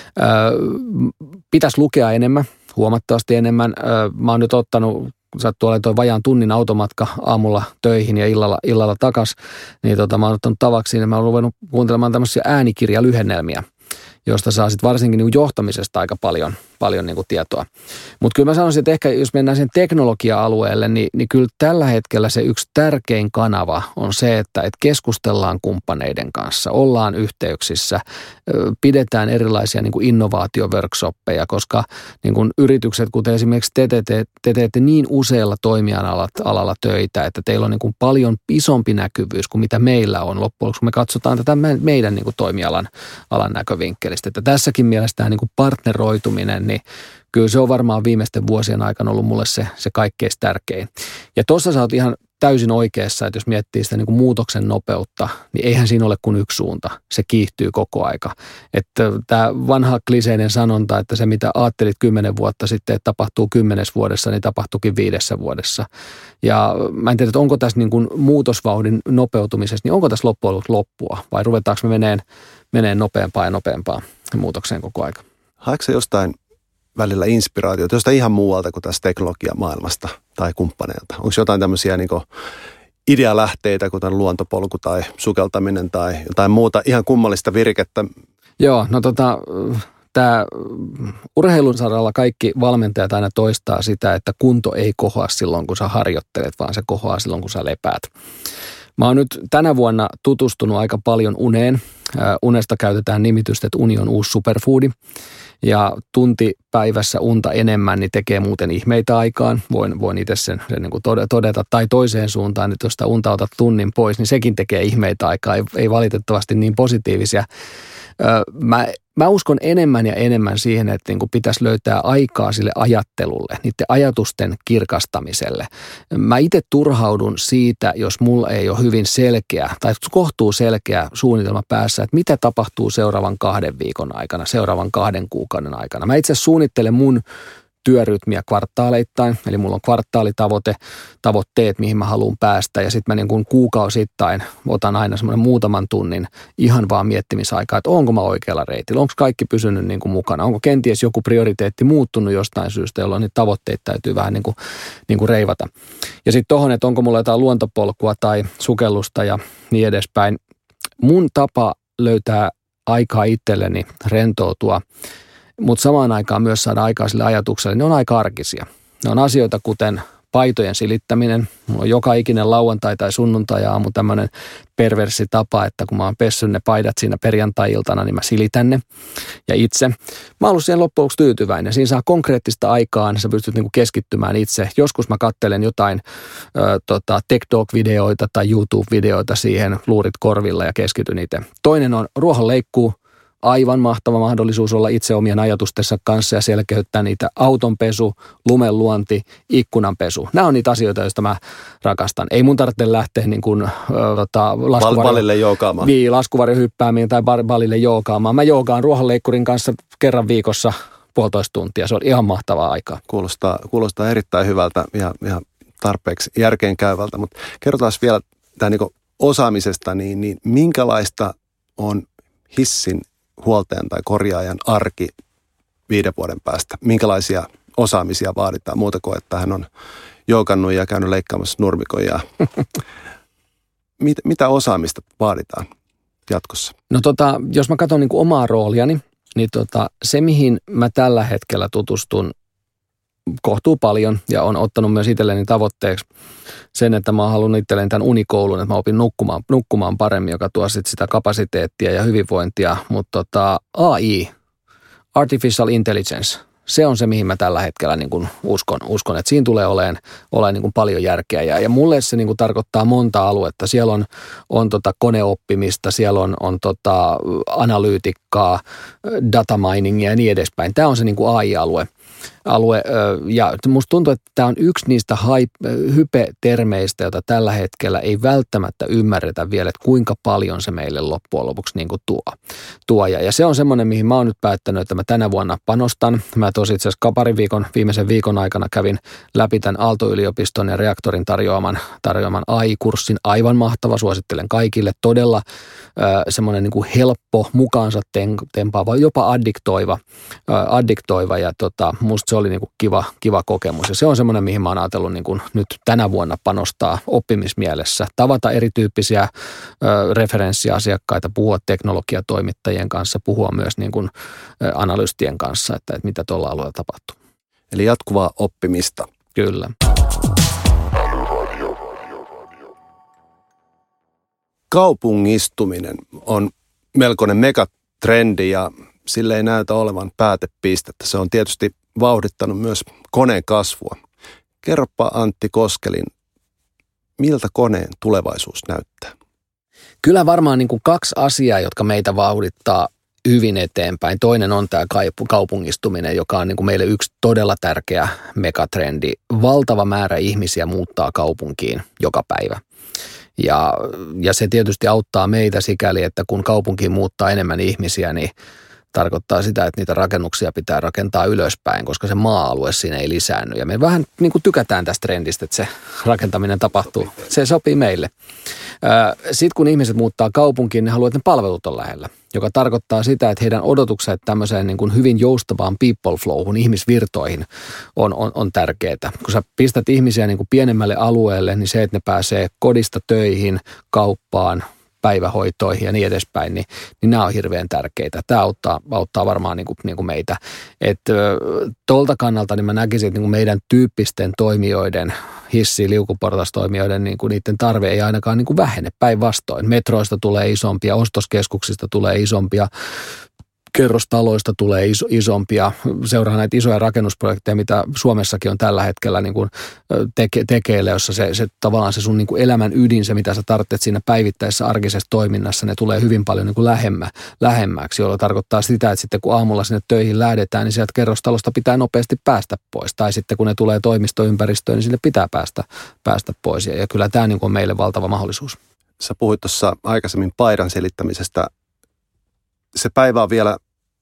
Pitäisi lukea enemmän, huomattavasti enemmän. Mä oon nyt ottanut, sattuu olemaan toi vajaan tunnin automatka aamulla töihin ja illalla takas, niin mä oon ottanut tavaksi, niin mä oon ruvennut kuuntelemaan tämmöisiä äänikirjalyhennelmiä, josta saa sitten varsinkin niin kuin johtamisesta aika paljon niin kuin tietoa. Mutta kyllä mä sanoisin, että ehkä jos mennään sen teknologia-alueelle, niin kyllä tällä hetkellä se yksi tärkein kanava on se, että keskustellaan kumppaneiden kanssa, ollaan yhteyksissä, pidetään erilaisia niin kuin innovaatioworkshoppeja, koska niin kuin yritykset, kuten esimerkiksi te teette niin useilla toimijan alalla töitä, että teillä on niin kuin paljon isompi näkyvyys kuin mitä meillä on loppujen lopuksi, kun me katsotaan tätä meidän niin kuin toimialan näkövinkkelistä. Että tässäkin mielessä tämä niin kuin partneroituminen, niin kyllä se on varmaan viimeisten vuosien aikana ollut mulle se kaikkein tärkein. Ja tuossa sä oot ihan täysin oikeassa, että jos miettii sitä niin kuin muutoksen nopeutta, niin eihän siinä ole kuin yksi suunta. Se kiihtyy koko aika. Että tämä vanha kliseinen sanonta, että se mitä ajattelit 10 vuotta sitten, että tapahtuu 10 vuodessa, niin tapahtuukin 5 vuodessa. Ja mä en tiedä, että onko tässä niin kuin muutosvauhdin nopeutumisessa, niin onko tässä loppujen lopuksi loppua vai ruvetaanko me meneen nopeampaan ja nopeampaan muutokseen koko aika? Haetko se jostain välillä inspiraatiota, jostain ihan muualta kuin tästä teknologiamaailmasta tai kumppaneilta? Onko jotain tämmöisiä niin kuin idealähteitä, kuten luontopolku tai sukeltaminen tai jotain muuta ihan kummallista virkettä? Joo, no tämä urheilun saralla kaikki valmentajat aina toistaa sitä, että kunto ei kohoa silloin, kun sä harjoittelet, vaan se kohoaa silloin, kun sä lepäät. Mä oon nyt tänä vuonna tutustunut aika paljon uneen. Unesta käytetään nimitystä, että uni on uusi superfoodi. Ja tunti päivässä unta enemmän, niin tekee muuten ihmeitä aikaan. Voin itse sen niin kuin todeta. Tai toiseen suuntaan, että jos sitä unta otat tunnin pois, niin sekin tekee ihmeitä aikaa. Ei valitettavasti niin positiivisia. Mä uskon enemmän ja enemmän siihen, että niin kuin pitäisi löytää aikaa sille ajattelulle, niiden ajatusten kirkastamiselle. Mä itse turhaudun siitä, jos mulla ei ole hyvin selkeä tai kohtuu selkeä suunnitelma päässä, että mitä tapahtuu seuraavan 2 viikon aikana, seuraavan 2 kuukauden aikana. Mä itse suunnittelen mun työrytmiä kvartaaleittain, eli mulla on kvartaalitavoitteet, mihin mä haluan päästä, ja sitten mä niin kuin kuukausittain otan aina semmoinen muutaman tunnin ihan vaan miettimisaikaa, että onko mä oikealla reitillä, onko kaikki pysynyt niin kuin mukana, onko kenties joku prioriteetti muuttunut jostain syystä, jolloin niitä tavoitteita täytyy vähän niin kuin reivata. Ja sitten tohon, että onko mulla jotain luontopolkua tai sukellusta ja niin edespäin. Mun tapa löytää aikaa itselleni rentoutua, mutta samaan aikaan myös saada aikaa sille ajatukselle, ne on aika arkisia. Ne on asioita kuten paitojen silittäminen. Mulla on joka ikinen lauantai tai sunnuntai-aamu tämmöinen perversi tapa, että kun mä oon pessyt ne paidat siinä perjantai-iltana, niin mä silitän ne. Ja itse. Mä oon ollut siihen loppujen lopuksi tyytyväinen. Siinä saa konkreettista aikaa, niin sä pystyt niinku keskittymään itse. Joskus mä katselen jotain TikTok-videoita tai YouTube-videoita siihen luurit korvilla ja keskityn itse. Toinen on ruohonleikkuu. Aivan mahtava mahdollisuus olla itse omien ajatustensa kanssa ja selkeyttää niitä autonpesu, lumenluonti, ikkunanpesu. Nämä on niitä asioita, joista mä rakastan. Ei mun tarvitse lähteä niin kuin, balille joogaamaan. Niin, laskuvarjohyppäämiin tai balille joogaamaan. Mä joogaan ruohonleikkurin kanssa kerran viikossa 1,5 tuntia. Se on ihan mahtavaa aikaa. Kuulostaa erittäin hyvältä ja tarpeeksi järkeenkäyvältä. Mutta kerrotaan vielä tämän niin osaamisesta, niin minkälaista on hissin huoltajan tai korjaajan arki 5 vuoden päästä? Minkälaisia osaamisia vaaditaan muuta kuin, että hän on joogannut ja käynyt leikkaamassa nurmikoja? Mitä osaamista vaaditaan jatkossa? No jos mä katson niin kuin omaa rooliani, niin se mihin mä tällä hetkellä tutustun kohtuu paljon ja on ottanut myös itselleni tavoitteeksi sen, että mä oon halunnut itselleni tämän unikoulun, että mä opin nukkumaan paremmin, joka tuo sit sitä kapasiteettia ja hyvinvointia, mutta AI, Artificial Intelligence, se on se, mihin mä tällä hetkellä niin kuin uskon, että siinä tulee olemaan niin kuin paljon järkeä. Ja mulle se niin kuin tarkoittaa monta aluetta. Siellä on koneoppimista, siellä on analyytikkaa, data miningia ja niin edespäin. Tämä on se niin kuin AI-alue. ja musta tuntuu, että tämä on yksi niistä hype-termeistä, jota tällä hetkellä ei välttämättä ymmärretä vielä, että kuinka paljon se meille loppujen lopuksi niin kuin tuo. Ja se on semmoinen, mihin mä oon nyt päättänyt, että mä tänä vuonna panostan. Mä tosi itse asiassa viimeisen viikon aikana kävin läpi tämän Aalto-yliopiston ja Reaktorin tarjoaman AI-kurssin. Aivan mahtava, suosittelen kaikille. Todella semmoinen niin kuin helppo, mukaansa tempaava, jopa addiktoiva ja musta se oli niin kuin kiva kokemus. Ja se on semmoinen, mihin mä oon ajatellut niin kuin nyt tänä vuonna panostaa oppimismielessä. Tavata erityyppisiä referenssiasiakkaita, puhua teknologiatoimittajien kanssa, puhua myös niin kuin analystien kanssa, että mitä tuolla alueella tapahtuu. Eli jatkuvaa oppimista. Kyllä. Kaupungistuminen on melkoinen megatrendi ja sille ei näytä olevan päätepistettä. Se on tietysti vauhdittanut myös koneen kasvua. Kerropa Antti Koskelin, miltä koneen tulevaisuus näyttää? Kyllä varmaan niin kuin kaksi asiaa, jotka meitä vauhdittaa hyvin eteenpäin. Toinen on tämä kaupungistuminen, joka on niin kuin meille yksi todella tärkeä megatrendi. Valtava määrä ihmisiä muuttaa kaupunkiin joka päivä. Ja se tietysti auttaa meitä sikäli, että kun kaupunkiin muuttaa enemmän ihmisiä, niin tarkoittaa sitä, että niitä rakennuksia pitää rakentaa ylöspäin, koska se maa-alue siinä ei lisäänny. Ja me vähän niin kuin tykätään tästä trendistä, että se rakentaminen tapahtuu. Se sopii meille. Sitten kun ihmiset muuttaa kaupunkiin, ne haluaa, että ne palvelut on lähellä, joka tarkoittaa sitä, että heidän odotukset tämmöiseen niin kuin hyvin joustavaan people flowhun, ihmisvirtoihin on tärkeää. Kun sä pistät ihmisiä niin kuin pienemmälle alueelle, niin se, että ne pääsee kodista töihin, kauppaan, päivähoitoihin ja niin edespäin, niin nämä on hirveän tärkeitä. Tämä auttaa varmaan niin kuin meitä. Tuolta kannalta niin mä näkisin, että niin kuin meidän tyyppisten toimijoiden, liukuportastoimijoiden, niin kuin niiden tarve ei ainakaan niin kuin vähene päinvastoin. Metroista tulee isompia, ostoskeskuksista tulee isompia, kerrostaloista tulee isompia. Seuraa näitä isoja rakennusprojekteja, mitä Suomessakin on tällä hetkellä niin kuin tekeillä, jossa se tavallaan se sun niin kuin elämän ydin, se mitä sä tarvitset siinä päivittäisessä arkisessa toiminnassa, ne tulee hyvin paljon niin kuin lähemmäksi, jolloin tarkoittaa sitä, että sitten kun aamulla sinne töihin lähdetään, niin sieltä kerrostalosta pitää nopeasti päästä pois. Tai sitten kun ne tulee toimistoympäristöön, niin sinne pitää päästä pois. Ja kyllä tämä niin kuin on meille valtava mahdollisuus. Sä puhuit tuossa aikaisemmin paidan selittämisestä. Se päivä on vielä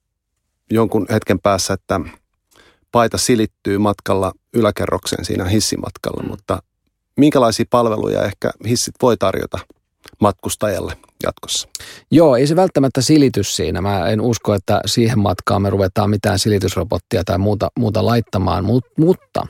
jonkun hetken päässä, että paita silittyy matkalla yläkerrokseen siinä hissimatkalla, mutta minkälaisia palveluja ehkä hissit voi tarjota matkustajalle jatkossa? Joo, ei se välttämättä silitys siinä. Mä en usko, että siihen matkaan me ruvetaan mitään silitysrobottia tai muuta laittamaan, mutta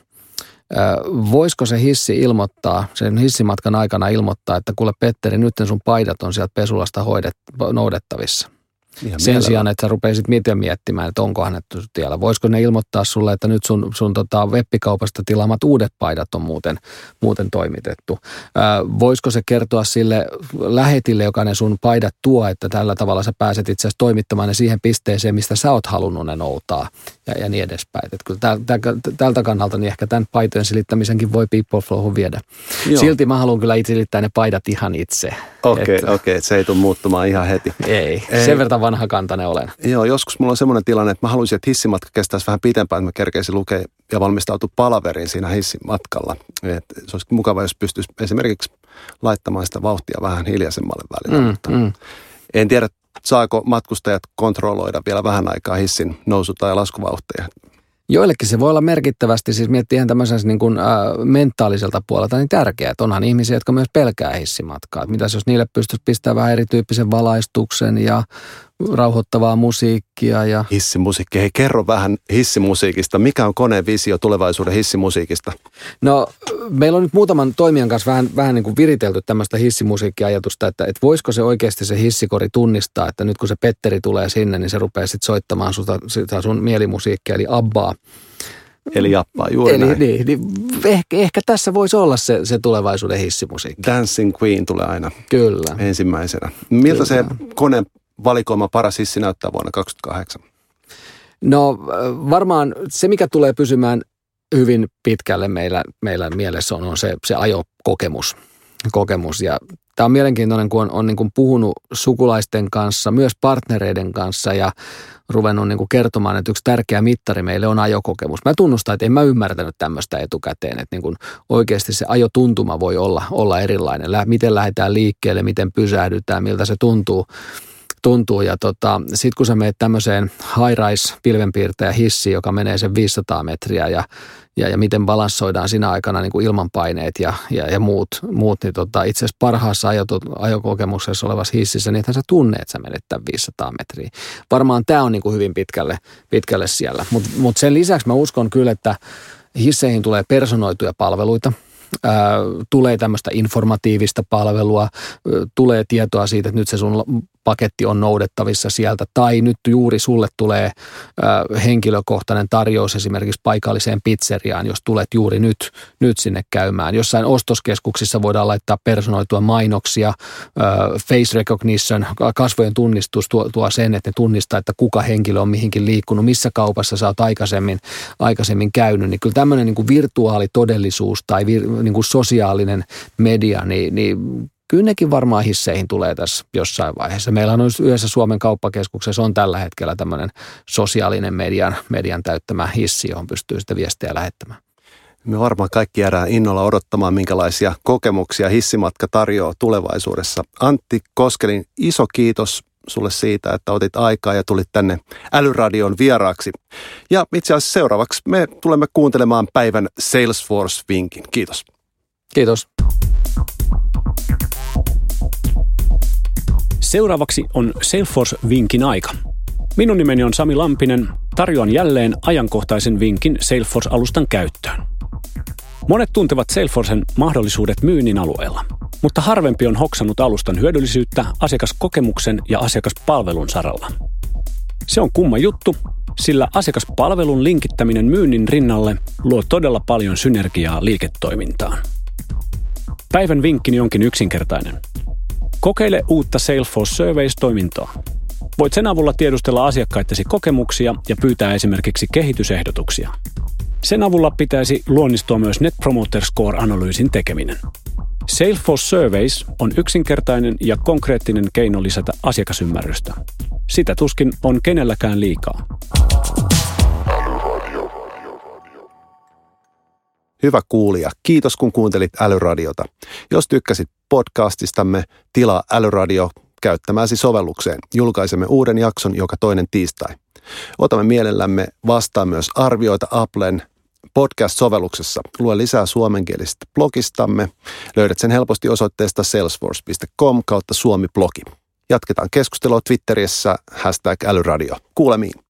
voisiko se hissi ilmoittaa, sen hissimatkan aikana ilmoittaa, että kuule Petteri, nyt sun paidat on sieltä pesulasta noudettavissa. Sen sijaan, että sä rupeisit miettimään, että onko hän tiellä. Voisiko ne ilmoittaa sulle, että nyt sun web-kaupasta tilaamat uudet paidat on muuten toimitettu. Voisiko se kertoa sille lähetille, joka ne sun paidat tuo, että tällä tavalla sä pääset itse asiassa toimittamaan ne siihen pisteeseen, mistä sä oot halunnut ne noutaa ja niin edespäin. Että kyllä tältä kannalta niin ehkä tämän paitojen silittämisenkin voi people flowhun viedä. Joo. Silti mä haluan kyllä silittää ne paidat ihan itse. Okei, se ei tule muuttumaan ihan heti. Ei. Sen verran vanhakantainen olen. Joo, joskus mulla on semmoinen tilanne, että mä haluaisin, että hissimatka kestäisi vähän pitempään, että mä kerkeisin lukea ja valmistautua palaveriin siinä hissimatkalla. Että se olisi mukava, jos pystyisi esimerkiksi laittamaan sitä vauhtia vähän hiljaisemmalle välillä. En tiedä, saako matkustajat kontrolloida vielä vähän aikaa hissin nousu- tai laskuvauhtia. Joillekin se voi olla merkittävästi, siis miettii ihan tämmöisessä niin kuin, mentaaliselta puolelta niin tärkeää, että onhan ihmisiä, jotka myös pelkää hissimatkaa. Mitäs jos niille pystyisi pistämään vähän erityyppisen valaistuksen ja rauhoittavaa musiikkia. Ja hissimusiikki. Hei, kerro vähän hissimusiikista. Mikä on koneen visio tulevaisuuden hissimusiikista? No, meillä on nyt muutaman toimijan kanssa vähän niin kuin viritelty tämmöistä hissimusiikkiajatusta, että voisiko se oikeasti se hissikori tunnistaa, että nyt kun se Petteri tulee sinne, niin se rupeaa sitten soittamaan sitä sun mielimusiikkia, eli Abbaa. Eli jappaa, juuri näin. Niin, ehkä tässä voisi olla se tulevaisuuden hissimusiikki. Dancing Queen tulee aina Kyllä. ensimmäisenä. Miltä kyllä. Se koneen valikoima paras hissi näyttää vuonna 2028? No varmaan se, mikä tulee pysymään hyvin pitkälle meillä mielessä on se ajokokemus. Ja tämä on mielenkiintoinen, kun on niin kuin puhunut sukulaisten kanssa, myös partnereiden kanssa ja ruvennut niin kuin kertomaan, että yksi tärkeä mittari meille on ajokokemus. Mä tunnustan, että en mä ymmärtänyt tämmöistä etukäteen, että niin kuin oikeasti se ajotuntuma voi olla erilainen. Miten lähdetään liikkeelle, miten pysähdytään, miltä se tuntuu. Ja sitten kun sä menet tämmöiseen high-rise pilvenpiirtäjä hissiin, joka menee sen 500 metriä ja miten balanssoidaan siinä aikana niin kuin ilmanpaineet ja muut niin itse asiassa parhaassa ajokokemuksessa olevassa hississä, niin sä tunnet, että sä menet tämän 500 metriä. Varmaan tämä on niin kuin hyvin pitkälle siellä, mutta sen lisäksi mä uskon kyllä, että hisseihin tulee personoituja palveluita. Tulee tämmöistä informatiivista palvelua, tulee tietoa siitä, että nyt se sun paketti on noudettavissa sieltä, tai nyt juuri sulle tulee henkilökohtainen tarjous esimerkiksi paikalliseen pizzeriaan, jos tulet juuri nyt sinne käymään. Jossain ostoskeskuksissa voidaan laittaa personoitua mainoksia, face recognition, kasvojen tunnistus tuo sen, että ne tunnistaa, että kuka henkilö on mihinkin liikkunut, missä kaupassa sä oot aikaisemmin käynyt, niin kyllä tämmöinen niin kuin virtuaalitodellisuus tai niin kuin sosiaalinen media, niin kyllä nekin varmaan hisseihin tulee tässä jossain vaiheessa. Meillä on yhdessä Suomen kauppakeskuksessa on tällä hetkellä tämmöinen sosiaalinen median täyttämä hissi, johon pystyy sitten viestejä lähettämään. Me varmaan kaikki jäädään innolla odottamaan, minkälaisia kokemuksia hissimatka tarjoaa tulevaisuudessa. Antti Koskelin, iso kiitos sulle siitä, että otit aikaa ja tulit tänne Älyradion vieraaksi. Ja itse asiassa seuraavaksi me tulemme kuuntelemaan päivän Salesforce-vinkin. Kiitos. Kiitos. Seuraavaksi on Salesforce-vinkin aika. Minun nimeni on Sami Lampinen. Tarjoan jälleen ajankohtaisen vinkin Salesforce-alustan käyttöön. Monet tuntevat Salesforcen mahdollisuudet myynnin alueella, mutta harvempi on hoksannut alustan hyödyllisyyttä asiakaskokemuksen ja asiakaspalvelun saralla. Se on kumma juttu, sillä asiakaspalvelun linkittäminen myynnin rinnalle luo todella paljon synergiaa liiketoimintaan. Päivän vinkkini onkin yksinkertainen. Kokeile uutta Salesforce Surveys-toimintoa. Voit sen avulla tiedustella asiakkaittesi kokemuksia ja pyytää esimerkiksi kehitysehdotuksia. Sen avulla pitäisi luonnistua myös Net Promoter Score-analyysin tekeminen. Salesforce Surveys on yksinkertainen ja konkreettinen keino lisätä asiakasymmärrystä. Sitä tuskin on kenelläkään liikaa. Hyvä kuulija, kiitos kun kuuntelit Älyradiota. Jos tykkäsit podcastistamme, tilaa Älyradio käyttämäsi sovellukseen. Julkaisemme uuden jakson joka toinen tiistai. Otamme mielellämme vastaan myös arvioita Applen podcast-sovelluksessa. Lue lisää suomenkielisestä blogistamme. Löydät sen helposti osoitteesta salesforce.com/suomi-blogi. Jatketaan keskustelua Twitterissä #Älyradio. Kuulemiin.